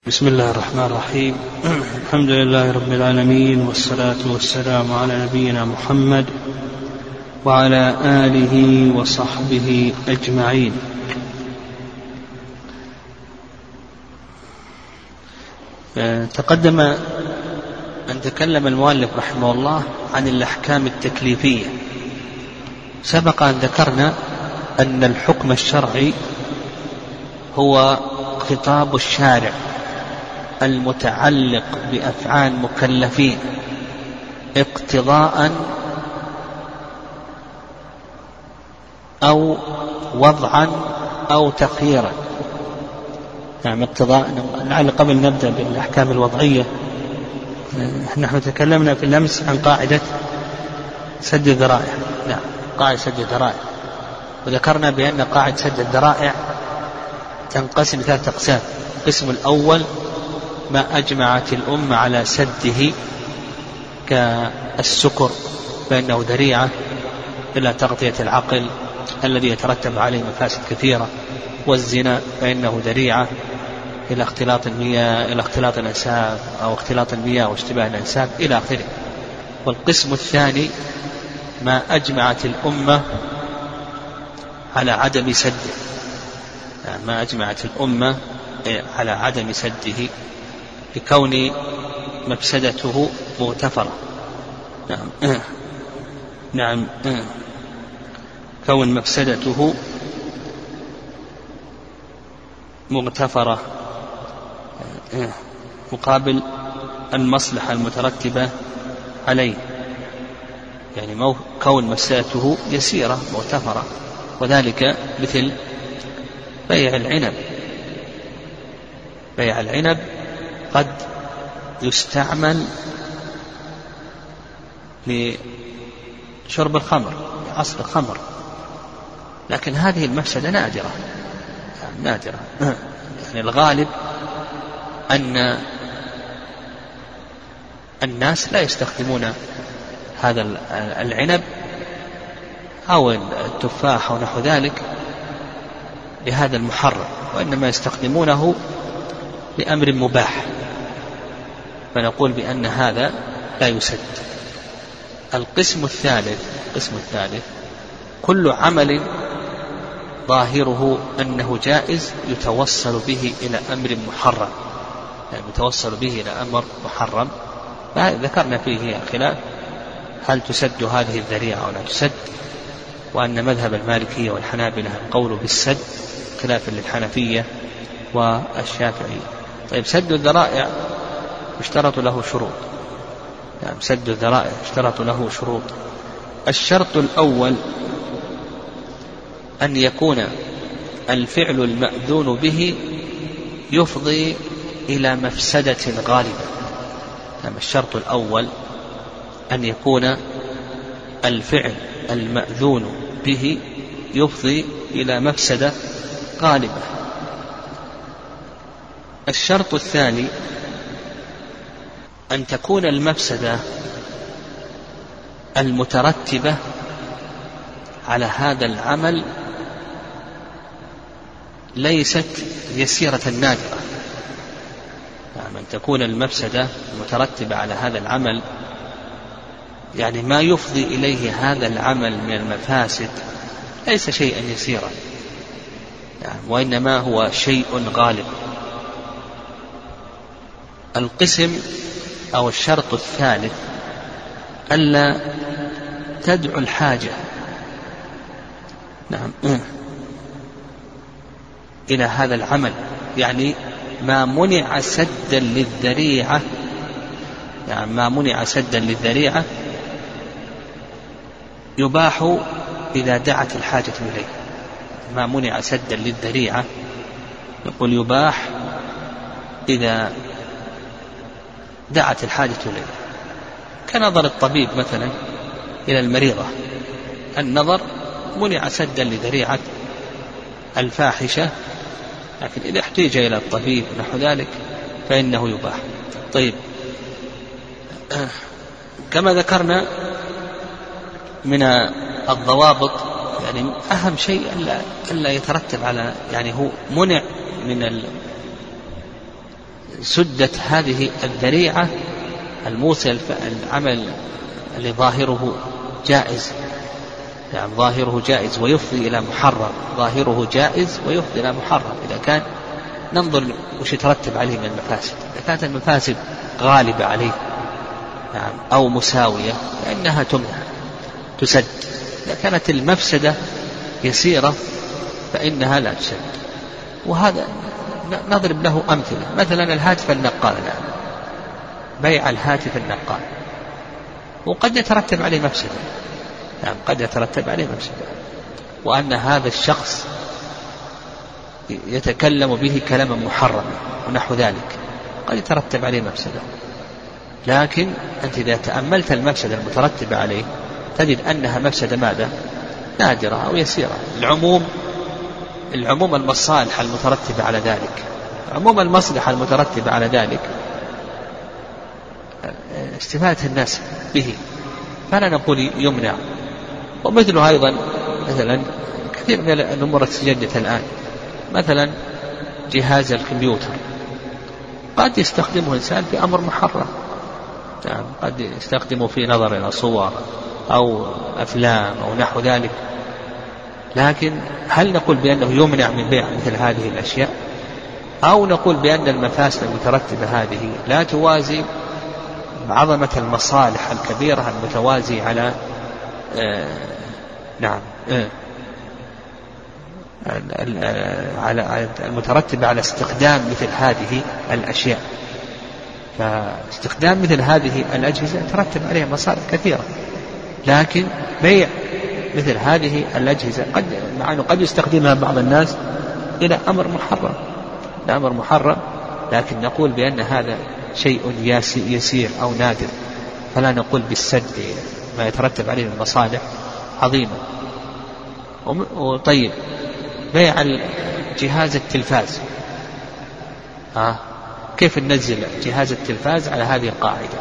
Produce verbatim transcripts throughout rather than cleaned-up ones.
بسم الله الرحمن الرحيم. الحمد لله رب العالمين، والصلاة والسلام على نبينا محمد وعلى آله وصحبه أجمعين. تقدم أن تكلم المؤلف رحمه الله عن الأحكام التكليفية. سبق أن ذكرنا أن الحكم الشرعي هو خطاب الشارع المتعلق بأفعال مكلفين اقتضاء أو وضعا أو تخييرا. نعم، اقتضاء. لعل قبل نبدأ بالأحكام الوضعية، نحن تكلمنا في الأمس عن قاعدة سد الذرائع. نعم، قاعدة سد الذرائع، وذكرنا بأن قاعدة سد الذرائع تنقسم ثلاثة أقسام. القسم الأول ما أجمعت الأمة على سده كالسكر فإنه ذريعة إلى تغطية العقل الذي يترتب عليه مفاسد كثيرة، والزنا فإنه ذريعة إلى اختلاط المياه إلى اختلاط الأنساب أو اختلاط المياه واشتباه الأنساب إلى آخره. والقسم الثاني ما أجمعت الأمة على عدم سده، ما أجمعت الأمة على عدم سده لكون مفسدته مغتفرة. نعم نعم كون مفسدته مغتفرة مقابل المصلحة المترتبة عليه، يعني كون مفسدته يسيرة مغتفرة، وذلك مثل بيع العنب. بيع العنب قد يستعمل لشرب الخمر، لعصر الخمر، لكن هذه المفسدة نادرة نادرة. يعني الغالب أن الناس لا يستخدمون هذا العنب أو التفاح أو نحو ذلك لهذا المحرم، وإنما يستخدمونه لأمر مباح، فنقول بأن هذا لا يسد. القسم الثالث القسم الثالث كل عمل ظاهره أنه جائز يتوصل به إلى أمر محرم، يعني يتوصل به إلى أمر محرم. ذكرنا فيه خلاف هل تسد هذه الذريعة أو لا تسد، وأن مذهب المالكية والحنابلة القول بالسد خلافا للحنفية والشافعية. طيب، سد الذرائع يشترط له شروط. يعني سد الذرائع يشترط له شروط. الشرط الأول أن يكون الفعل المأذون به يفضي إلى مفسدة غالبة. يعني الشرط الأول أن يكون الفعل المأذون به يفضي إلى مفسدة غالبة. الشرط الثاني أن تكون المفسدة المترتبة على هذا العمل ليست يسيرة نادرة. يعني أن تكون المفسدة المترتبة على هذا العمل، يعني ما يفضي إليه هذا العمل من المفاسد ليس شيئا يسيرا، يعني وإنما هو شيء غالب. القسم أو الشرط الثالث ألا تدعو الحاجة نعم إلى هذا العمل، يعني ما منع سدا للذريعة يعني ما منع سدا للذريعة يباح إذا دعت الحاجة إليه. ما منع سدا للذريعة يقول يباح إذا دعت الحاجة إليه، كنظر الطبيب مثلا إلى المريضة. النظر منع سدا لذريعة الفاحشة، لكن إذا احتاج إلى الطبيب نحو ذلك فإنه يباح. طيب، كما ذكرنا من الضوابط، يعني أهم شيء ألا يترتب على، يعني هو منع من سدت هذه الذريعة الموصل العمل اللي ظاهره جائز، يعني ظاهره جائز ويفضي إلى محرم، ظاهره جائز ويفضي إلى محرم. إذا كان ننظر وش يترتب عليه من المفاسد، إذا كانت المفاسد غالبة عليه يعني أو مساوية فإنها تمنع تسد. إذا كانت المفسدة يسيرة فإنها لا تسد. وهذا نضرب له أمثلة، مثلا الهاتف النقال الآن، بيع الهاتف النقال وقد يترتب عليه مفسدة، يعني قد يترتب عليه مفسدة، وأن هذا الشخص يتكلم به كلاما محرما ونحو ذلك، قد يترتب عليه مفسدة. لكن أنت إذا تأملت المفسدة المترتبة عليه تجد أنها مفسدة ماذا؟ نادرة أو يسيرة. العموم العموم المصالح المترتبة على ذلك، عموم المصلحة المترتبة على ذلك استفادة الناس به، فلا نقول يمنع. ومثله أيضا مثلا كثير من الأمور التجدت الآن، مثلا جهاز الكمبيوتر قد يستخدمه الإنسان في أمر محرم، يعني قد يستخدمه في نظر إلى صور أو أفلام أو نحو ذلك، لكن هل نقول بأنه يمنع من بيع مثل هذه الأشياء، أو نقول بأن المفاسد المترتبة هذه لا توازي عظمة المصالح الكبيرة المتوازي على آه نعم آه على المترتبة على استخدام مثل هذه الأشياء. فاستخدام مثل هذه الأجهزة ترتب عليها مصالح كثيرة، لكن بيع مثل هذه الأجهزة قد مع أنه قد يستخدمها بعض الناس إلى أمر محرم إلى أمر محرم لكن نقول بأن هذا شيء يسير أو نادر، فلا نقول بالسد ما يترتب عليه المصالح عظيمة. وطيب بيع جهاز التلفاز، آه كيف ننزل جهاز التلفاز على هذه القاعدة؟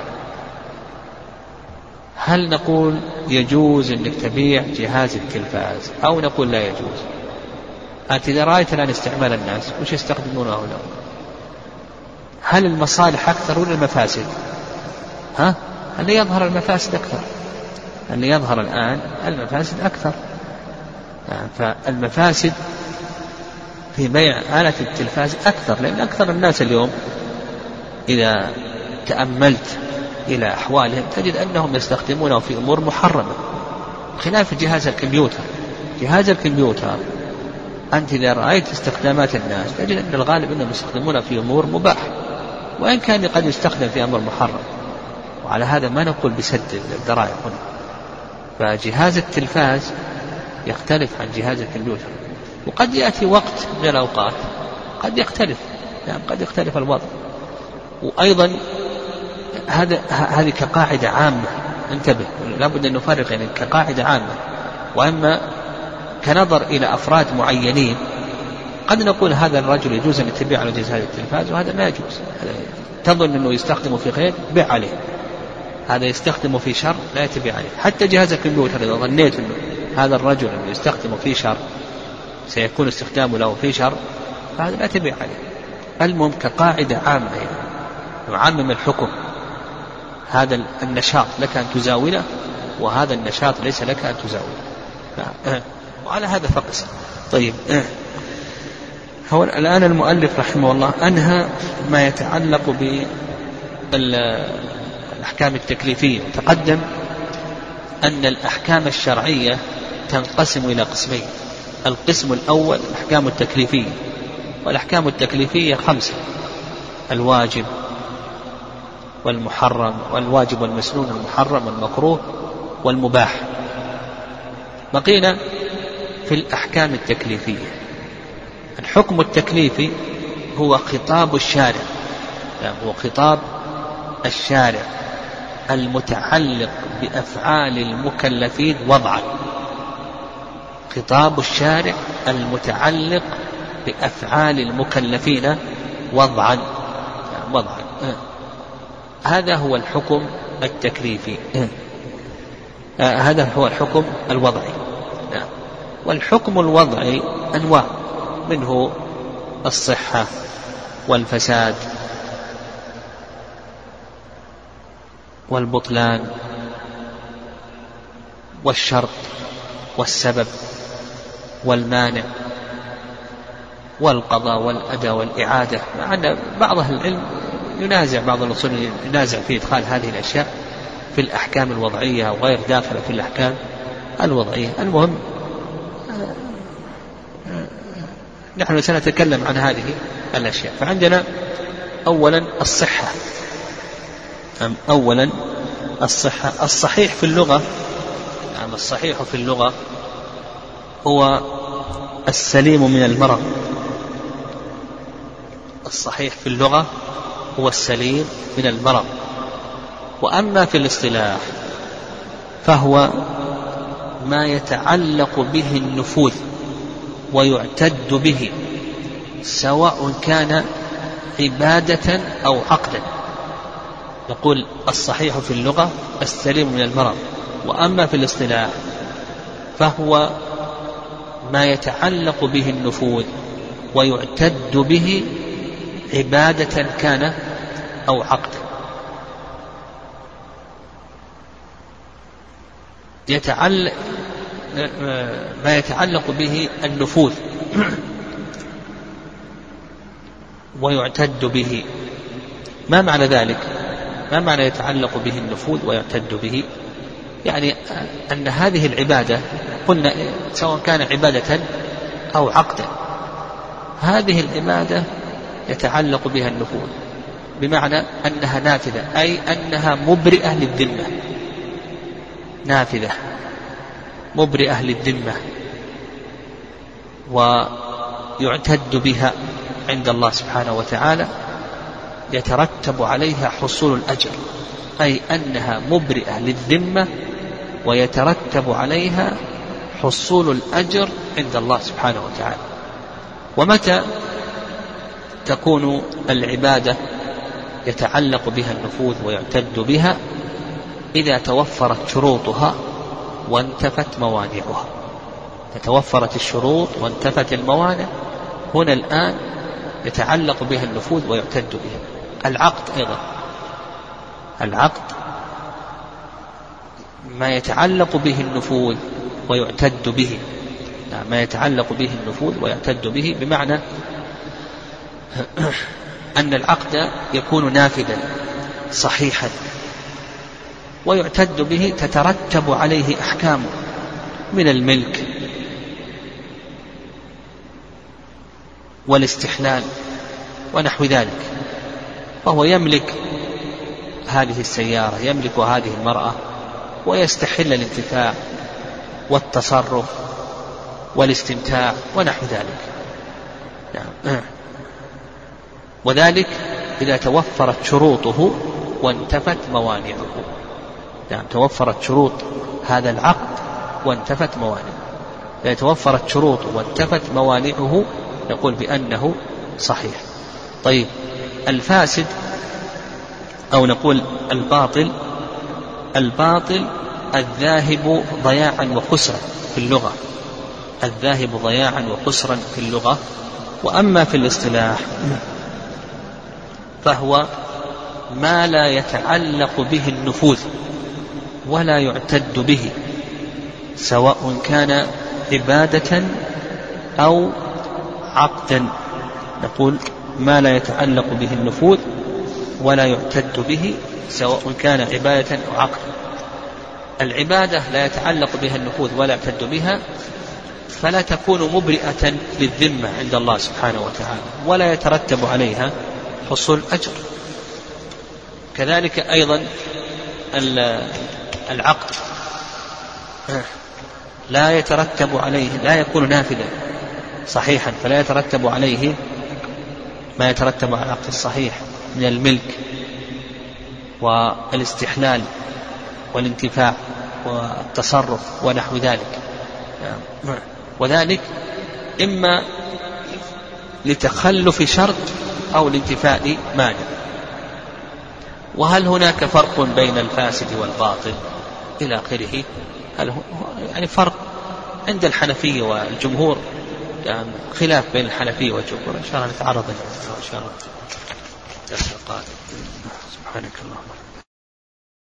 هل نقول يجوز أنك تبيع جهاز التلفاز أو نقول لا يجوز؟ أنت إذا رأيت الآن استعمال الناس وش يستخدمونه هنا، هل المصالح أكثر ولا المفاسد؟ ها؟ اللي يظهر المفاسد أكثر، اللي يظهر الآن المفاسد أكثر. يعني فالمفاسد في بيع آلة التلفاز أكثر، لأن أكثر الناس اليوم إذا تأملت إلى أحوالهم تجد أنهم يستخدمونه في أمور محرمة، خلاف جهاز الكمبيوتر. جهاز الكمبيوتر أنت إذا رأيت استخدامات الناس تجد أن الغالب أنهم يستخدمونه في أمور مباحة، وإن كان قد يستخدم في أمر محرم، وعلى هذا ما نقول بسد الذرائع هنا. فجهاز التلفاز يختلف عن جهاز الكمبيوتر، وقد يأتي وقت من الأوقات قد يختلف، يعني قد يختلف الوضع. وأيضا هذا هذه كقاعدة عامة، انتبه لابد أن نفرق يعني كقاعدة عامة، وأما كنظر إلى أفراد معينين قد نقول هذا الرجل يجوز أن يتبع على جهاز التلفاز وهذا ما يجوز. تظن أنه يستخدمه في خير بيع عليه، هذا يستخدمه في شر لا يتبع عليه. حتى جهاز الكمبيوتر إذا ظنيت أنه هذا الرجل أنه يستخدمه في شر سيكون استخدامه له في شر فهذا لا تبيع عليه. المهم كقاعدة عامة يعني نعمم الحكم، هذا النشاط لك أن تزاوله وهذا النشاط ليس لك أن تزاوله، وعلى هذا فقس. طيب هو الآن المؤلف رحمه الله أنهى ما يتعلق بالأحكام التكليفية. تقدم أن الأحكام الشرعية تنقسم إلى قسمين. القسم الأول الأحكام التكليفية، والأحكام التكليفية خمسة: الواجب والمحرم والواجب والمسنون والمحرم والمكروه والمباح. بقينا في الأحكام التكليفية. الحكم التكليفي هو خطاب الشارع، يعني هو خطاب الشارع المتعلق بأفعال المكلفين وضعا. خطاب الشارع المتعلق بأفعال المكلفين وضعا، يعني وضعا. هذا هو الحكم التكليفي، هذا هو الحكم الوضعي. والحكم الوضعي أنواع، منه الصحة والفساد والبطلان والشرط والسبب والمانع والقضاء والأداء والإعادة، مع أن بعض أهل العلم ينازع بعض الأصول ينازع في إدخال هذه الأشياء في الأحكام الوضعية أو غير داخلة في الأحكام الوضعية. المهم نحن سنتكلم عن هذه الأشياء. فعندنا أولا الصحة، أولا الصحة. الصحيح في اللغة، يعني الصحيح في اللغة هو السليم من المرض. الصحيح في اللغة هو السليم من المرض. وأما في الاصطلاح فهو ما يتعلق به النفوذ ويعتد به، سواء كان عبادة أو عقدا. نقول الصحيح في اللغة السليم من المرض. وأما في الاصطلاح فهو ما يتعلق به النفوذ ويعتد به عبادة كان أو عقدا. يتعلق ما يتعلق به النفوذ ويعتد به. ما معنى ذلك؟ ما معنى يتعلق به النفوذ ويعتد به؟ يعني أن هذه العبادة قلنا سواء كان عبادة أو عقدا، هذه العبادة يتعلق بها النفوذ، بمعنى أنها نافذة، أي أنها مبرئة للذمة، نافذة مبرئة للذمة، ويعتد بها عند الله سبحانه وتعالى، يترتب عليها حصول الأجر، أي أنها مبرئة للذمة ويترتب عليها حصول الأجر عند الله سبحانه وتعالى. ومتى تكون العبادة يتعلق بها النفوذ ويعتد بها؟ إذا توفرت شروطها وانتفت موانعها. تتوفرت الشروط وانتفت الموانع، هنا الآن يتعلق بها النفوذ ويعتد بها. العقد أيضا، العقد ما يتعلق به النفوذ ويعتد به، ما يتعلق به النفوذ ويعتد به، بمعنى أن العقد يكون نافذا صحيحا ويعتد به، تترتب عليه أحكام من الملك والاستحلال ونحو ذلك. فهو يملك هذه السيارة، يملك هذه المرأة، ويستحل الانتفاع والتصرف والاستمتاع ونحو ذلك. نعم. وذلك إذا توفرت شروطه وانتفت موانعه. نعم، توفرت شروط هذا العقد وانتفت موانعه. إذا توفرت شروطه وانتفت موانعه نقول بأنه صحيح. طيب، الفاسد أو نقول الباطل، الباطل الذاهب ضياعا وخسرا في اللغة، الذاهب ضياعا وخسرا في اللغة. وأما في الاصطلاح فهو ما لا يتعلق به النفوذ ولا يعتد به، سواء كان عبادة أو عقدا. نقول ما لا يتعلق به النفوذ ولا يعتد به، سواء كان عبادة أو عقدا. العبادة لا يتعلق بها النفوذ ولا يعتد بها، فلا تكون مبرئة للذمة عند الله سبحانه وتعالى، ولا يترتب عليها حصول الأجر. كذلك أيضا العقد لا يترتب عليه، لا يكون نافذا صحيحا، فلا يترتب عليه ما يترتب على العقد الصحيح من الملك والاستحلال والانتفاع والتصرف ونحو ذلك. وذلك إما لتخلف شرط أو لانتفاء مانع. وهل هناك فرق بين الفاسد والباطل إلى آخره؟ هل يعني فرق عند الحنفية والجمهور؟ يعني خلاف بين الحنفية والجمهور. إن شاء الله نتعرض إن شاء الله الدرس القادم. سبحانك اللهم.